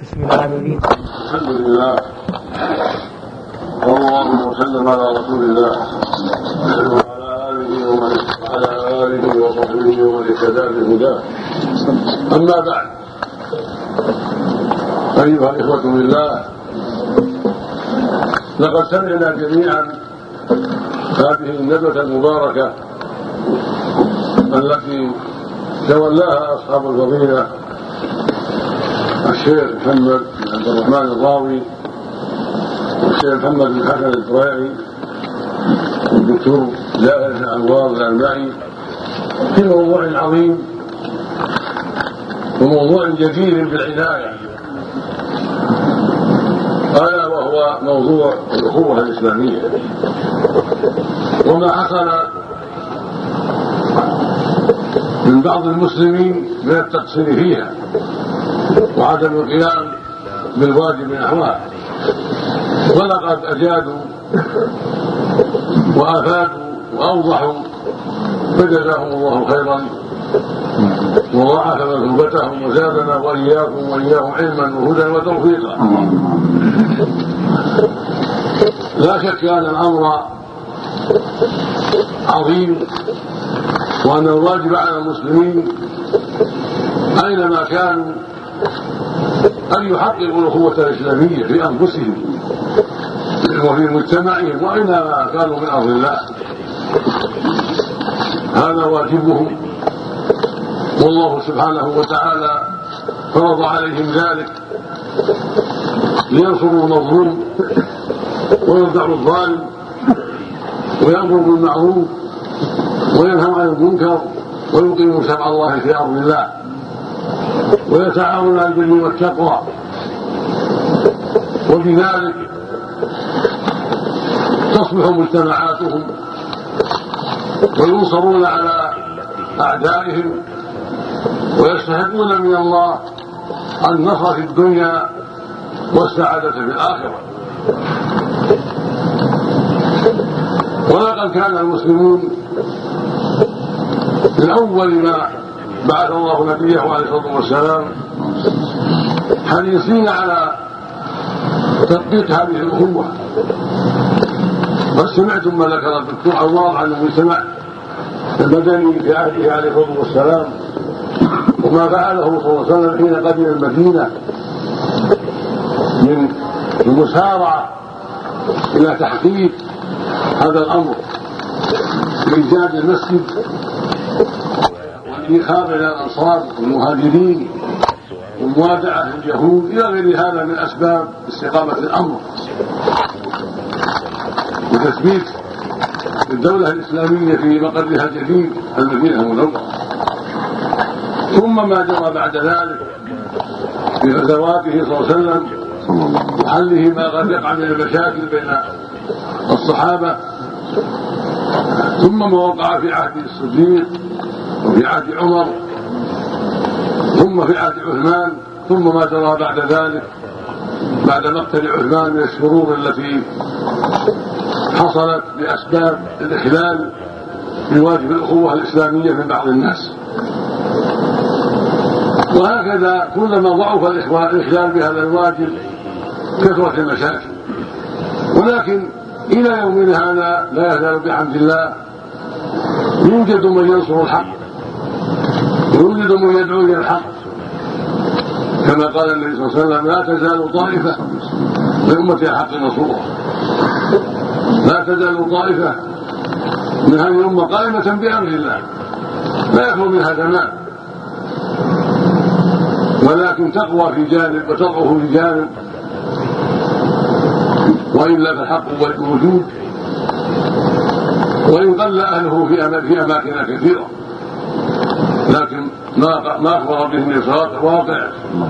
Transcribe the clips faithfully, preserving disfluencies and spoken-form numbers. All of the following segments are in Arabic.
بسم العالمين. الحمد لله اللهم وسلم على رسول الله وعلى آله ومن وعلى آله وصحبه ومن اهتدى بهداه. أما بعد، أيها الإخوة بالله، لقد سمعنا جميعا هذه الندوة المباركة التي تولاها أصحاب الفضيلة الشيخ محمد بن عبد الرحمن الراوي والشيخ محمد بن حسن الفريعي والدكتور زاهر بن انوار الألمعي في موضوع عظيم وموضوع جدير بالعناية، ألا وهو موضوع الأخوة الإسلامية وما حصل من بعض المسلمين من التقصير فيها وعدم القيام بالواجب نحوها. ولقد أجادوا وأفادوا وأوضحوا فجزاهم الله خيرا وضاعف مثوبتهم وزادنا وإياكم وإياهم علما وهدى وتوفيقا. لا شك أن الأمر عظيم وأن الواجب على المسلمين أينما كانوا أن يحققوا الأخوة الإسلامية في أنفسهم وفي مجتمعهم وأينما كانوا من أرض الله. هذا واجبهم، والله سبحانه وتعالى فرض عليهم ذلك لينصروا المظلوم ويردعوا الظالم ويأمروا بالمعروف وينهوا عن المنكر ويقيموا شرع الله في أرض الله ويتعاونوا على البر والتقوى، وبذلك تصلح مجتمعاتهم وينصرون على أعدائهم ويستحقون من الله النصر في الدنيا والسعادة في الآخرة. ولقد كان المسلمون من أول ما بعث الله نبيه عليه الصلاة والسلام حريصين على تطبيق هذه الأخوة. وسمعتم ما ذكر الدكتور الله عن المجتمع المدني في عهده عليه الصلاة والسلام وما فعله صلى الله عليه وسلم حين قدم المدينة من المسارعة إلى تحقيق هذا الأمر بإيجاد المسجد والإخاذ إلى الأنصار والمهاجرين وموادعة اليهود إلى غير هذا من أسباب استقامة الأمر وتثبيت الدولة الإسلامية في مقرها الجديد المدينة المنورة. ثم ما جرى بعد ذلك في غزواته صلى الله عليه وسلم وحله ما قد يقع من المشاكل بين الصحابة، ثم ما وقع في عهد الصديق وفي عهد عمر ثم في عهد عثمان، ثم ما جرى بعد ذلك بعد مقتل عثمان من الشرور التي حصلت بأسباب الإخلال بواجب الأخوة الإسلامية من بعض الناس. وهكذا كلما ضعف الإخلال بهذا الواجب كثرت المشاكل. ولكن إلى يومنا هذا لا يزال بحمد الله يوجد من ينصر الحق ويوجد من يدعو إلى الحق، كما قال النبي صلى الله عليه وسلم: لا تزال طائفة من أمتي الحق منصورة. لا تزال طائفة من هذه الأمة قائمة بأمر الله لا يخلو منها زمان، ولكن تقوى في جانب وتضعف في جانب، وإلا فالحق موجود وإن قل أهله في أماكن كثيرة، لكن ما أخبر به من واقع.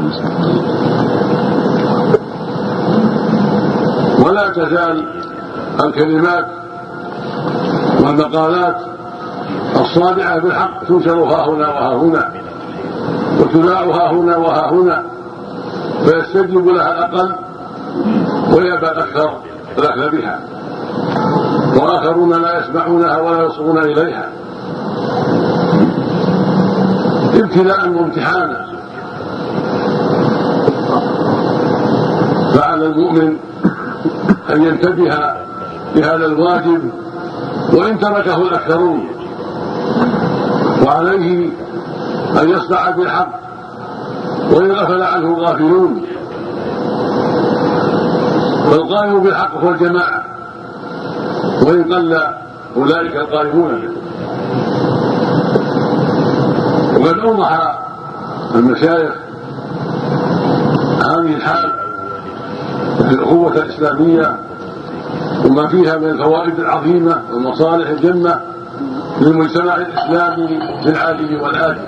ولا تزال الكلمات والمقالات الصادعة بالحق تنشر ها هنا وها هنا وتذاع ها هنا وها هنا، فيستجيب لها الأقل ويأبى الأكثر الأخذ بها، وآخرون لا يسمعونها ولا يصغون إليها ابتلاء وامتحانا. فعلى المؤمن أن ينتبه لهذا الواجب وإن تركه الأكثرون، وعليه أن يصدع بالحق وإن غفل عنه الغافلون. والقائم بالحق هو الجماعة وإن قل أولئك القائمون به. وقد أوضح المشايخ هذه الحال في الأخوة الإسلامية وما فيها من الفوائد العظيمة والمصالح الجمة للمجتمع الإسلامي في العاجل والآجل،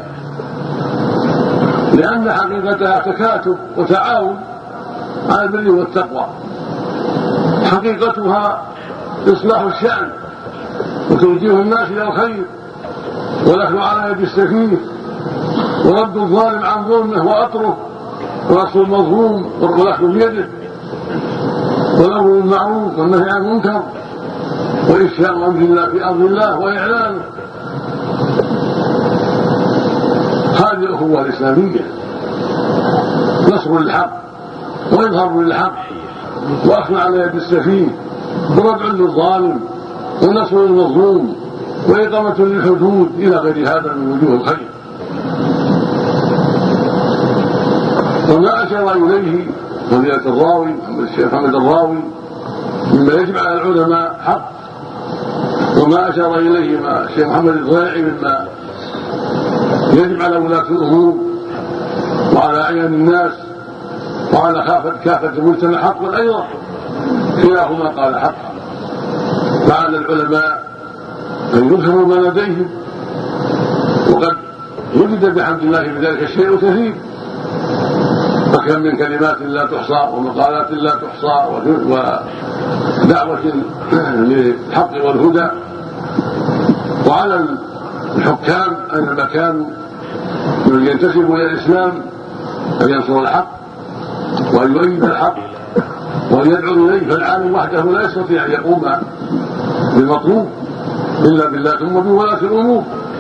لأن حقيقتها تكاتف وتعاون على البر والتقوى، حقيقتها إصلاح الشأن وتوجيه الناس إلى الخير والأخذ على يد السفيه ورد الظالم عن ظلمه وأطره ونصر المظلوم والأخذ بيده والأمر بالمعروف والنهي عن المنكر وإفشاء أمر الله في أرض الله وإعلانه. هذه الأخوة الإسلامية، نصر للحق وإظهار للحق وأخذ على يد السفيه وردع للظالم ونصر للمظلوم وإقامة للحدود إلى غير هذا من وجوه الخير. وما أشار إليه فضيلة الراوي الشيخ محمد الراوي مما يجب على العلماء حق، وما أشار إليه الشيخ محمد الضيعي مما يجب على ولاة الأمور وعلى أعيان الناس وعلى كافة المجتمع حق أيضا، كلاهما قال حق. فعلى العلماء أن يظهروا ما لديهم، وقد وجد بحمد الله بذلك الشيء كثير، فكم من كلمات لا تحصى ومقالات لا تحصى ودعوة للحق والهدى. وعلى الحكام أينما كانوا من ينتسبوا إلى الإسلام أن ينصروا الحق وأن يؤيد الحق وأن يدعو إليه، فالعالم وحده لا يستطيع أن يقوم بالمطلوب إلا بالله ثم بولاة الأمور.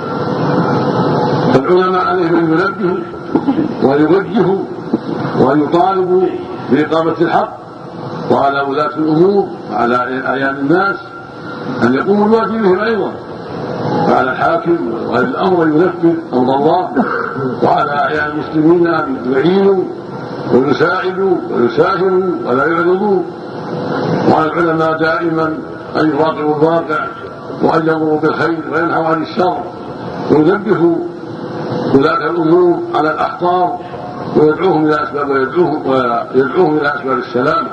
فالعلماء عليهم أن ينبهوا وأن يوجهوا وأن يطالبوا بإقامة الحق، وعلى ولاة الأمور وعلى أعيان الناس أن يقوموا بواجبهم أيضا، وعلى الحاكم وعلى الأمر ينفذ أمر الله، وعلى أعيان المسلمين أن يعينوا ويساعدوا ويساهموا ولا يعرضوا، وعلى العلماء دائما أن يراقبوا الواقع وأن يأمروا بالخير وينهوا عن الشر وينبهوا ولاة الأمور على الأخطار ويدعوهم إلى أسباب ويدعوهم, ويدعوهم إلى أسباب السلام.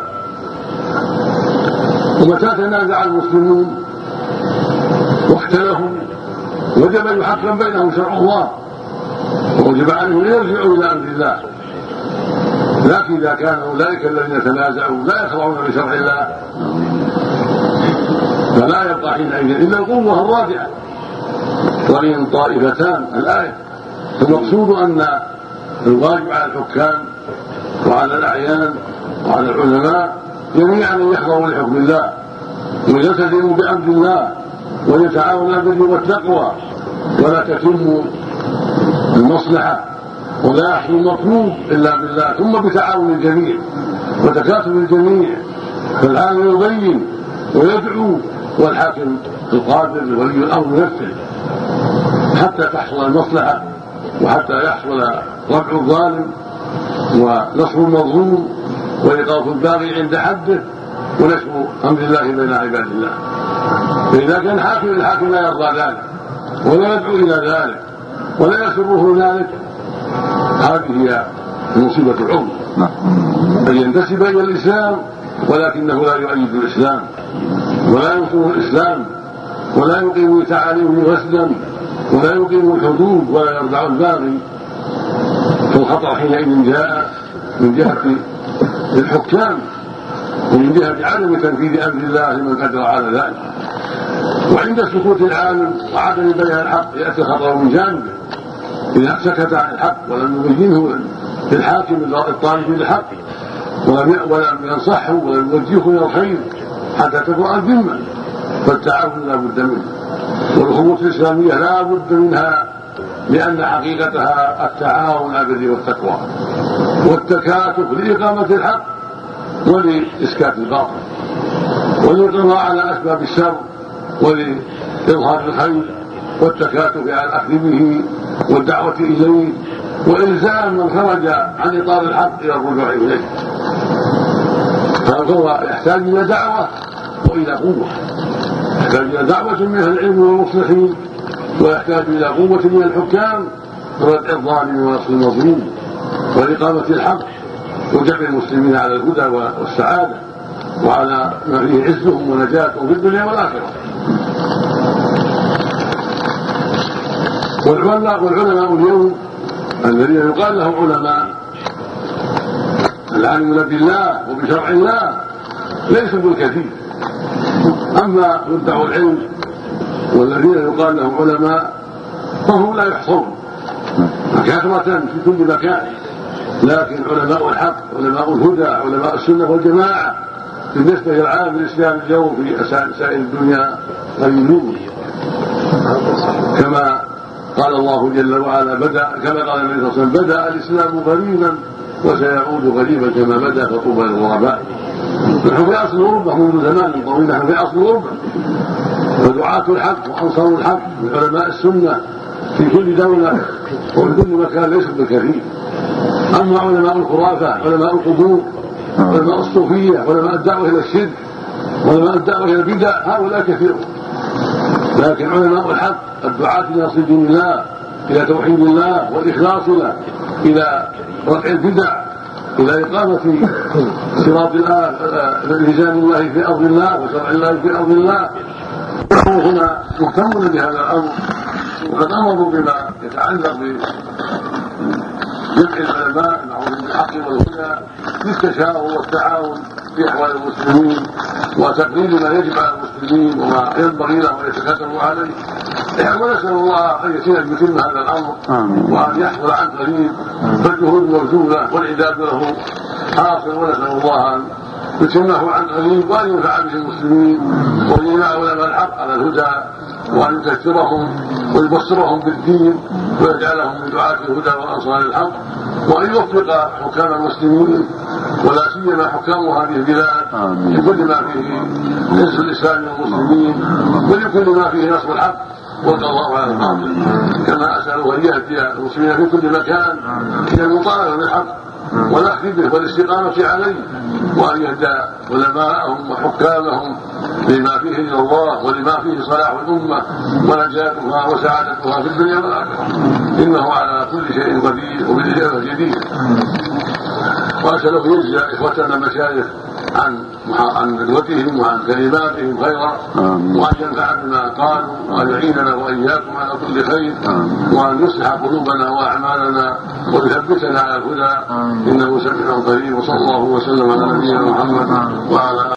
ومتى تنازع المسلمون واختلفوا وجب أن يحكم بينهم شرع الله، ووجب عليهم أن يرجعوا إلى أمر الله. لكن إذا كان أولئك الذين تنازعوا لا يخضعون بشرع الله فلا يبقى حينئذ إلا القوة الرادعة. وإن طائفتان الآية، المقصود أن الواجب على الحكام وعلى الأعيان وعلى العلماء جميعا أن يحضروا لحكم الله ويلتزموا بأمر الله ويتعاونوا بالبر والتقوى، ولا تتم المصلحة ولا يحصل المطلوب إلا بالله ثم بتعاون الجميع وتكاتف الجميع. فالعالم يبين ويدعو والحاكم القادر ولي الأمر ينفذ حتى تحصل المصلحة وحتى يحصل رفع الظالم ونصر المظلوم وإيقاف الباغي عند حده ونشر أمر الله بين عباد الله. فإذا كان حاكم الحاكم لا يرضى ذلك ولا يدعو إلى ذلك ولا يسره ذلك، هذه هي المصيبة العظمى. أن ينتسب إلى الإسلام ولكنه لا يؤيد الإسلام ولا ينصر الإسلام ولا يقيم تعاليمه غسلا ولا يقيم الحدود ولا يردع الباغي. فالخطأ حينئذ جاء من جهة الحكام ومن جهة عدم تنفيذ أمر الله لمن قدر على ذلك. وعند سكوت العالم وعدم بيان الحق يأتي الخطأ من جانبه. إذا سكت عن الحق ولم يبينه للحاكم الطالب للحق ولم ينصحه ولم يوجهه إلى الخير حتى تبرأ الذمة، فالتعاون لا بد منه. والأخوة الإسلامية لا بد منها، لأن حقيقتها التعاون على البر والتقوى والتكاتف لإقامة الحق ولإسكات الباطل وللقضاء على أسباب الشر ولإظهار الخير والتكاتف على الأخذ به والدعوة إليه وإلزام من خرج عن إطار الحق إلى الرجوع إليه. فهو يحتاج إلى دعوة وإلى قوة، يحتاج إلى دعوة من أهل العلم والمصلحين، ويحتاج إلى قوة من الحكام ردع الظالم ونصر المظلوم وإقامة الحق وجمع المسلمين على الهدى والسعادة وعلى ما فيه عزهم ونجاتهم في الدنيا والآخرة. والعلماء اليوم الذين يقال لهم علماء العالمون بالله وبشرع الله ليسوا بالكثير، أما مدعوا العلم والذين يقال لهم علماء فهم لا يحصرون كثرة في كل مكان، لكن علماء الحق علماء الهدى علماء السنة والجماعة بالنسبة للعالم الإسلامي اليوم في سائر الدنيا قليلون. كما قال الله جل وعلا بدأ كما قال النبي صلى الله عليه وسلم بدأ الإسلام غريبا وسيعود غريبا كما بدأ فطوبى للغرباء. نحن في أصل الغربة منذ زمان طويل، نحن في أصل الغربة، ودعاة الحق وأنصار الحق من علماء السنة في كل دولة وفي كل مكان ليسوا بالكثير. أما علماء الخرافة علماء القبور علماء الصوفية علماء الدعوة إلى الشرك علماء الدعوة إلى البدع هؤلاء كثيرون، لكن علماء الحق الدعاة إلى نصر دين الله إلى توحيد الله والإخلاص له إلى رفع البدع إلى إقامة صراط الله التزام الله في أرض الله وشرع الله في أرض الله هنا مهتمون بهذا الأمر، وقد أمروا بما يتعلق بجمع العلماء المعروفين بالحق والهدى للتشاور والتعاون في أحوال المسلمين وتقرير ما يجب على المسلمين وما ينبغي لهم أن يتكاتفوا عليه. ونسأل الله أن يسير بكل هذا الأمر وأن يحصل عن قريب، فالجهود موجودة والعداد له حاصل، ونسأل الله أن يتمه عن قريب وأن ينفع به المسلمين وأن يجمع علماء الحق على الهدى وأن يذكرهم ويبصرهم بالدين ويجعلهم من دعاة الهدى وأنصار الحق، وأن يوفق حكام المسلمين ولا سيما حكام هذه البلاد لكل ما فيه عز الإسلام والمسلمين ولكل ما فيه نصر الحق والقضاء على الباطل، كما أسأله أن يهدي المسلمين في كل مكان إلى المطالبة بالحق والأخذ به والاستقامة عليه، وأن يهدى علماءهم وحكامهم لما فيه إلى الله ولما فيه صلاح الأمة ونجاتها وسعادتها في الدنيا والآخرة، إنه على كل شيء قدير وبالإجابة جديد. وأسأله يجزي إخوتنا المشايخ عن عن قدوتهم وعن كلماتهم خيرا، وأن ينفع بما قالوا وأن يعيننا وإياكم على كل خير، وأن يصلح قلوبنا وأعمالنا ويثبتنا على الهدى، إنه سميع قريب. وصلى الله وسلم على نبينا محمد وعلى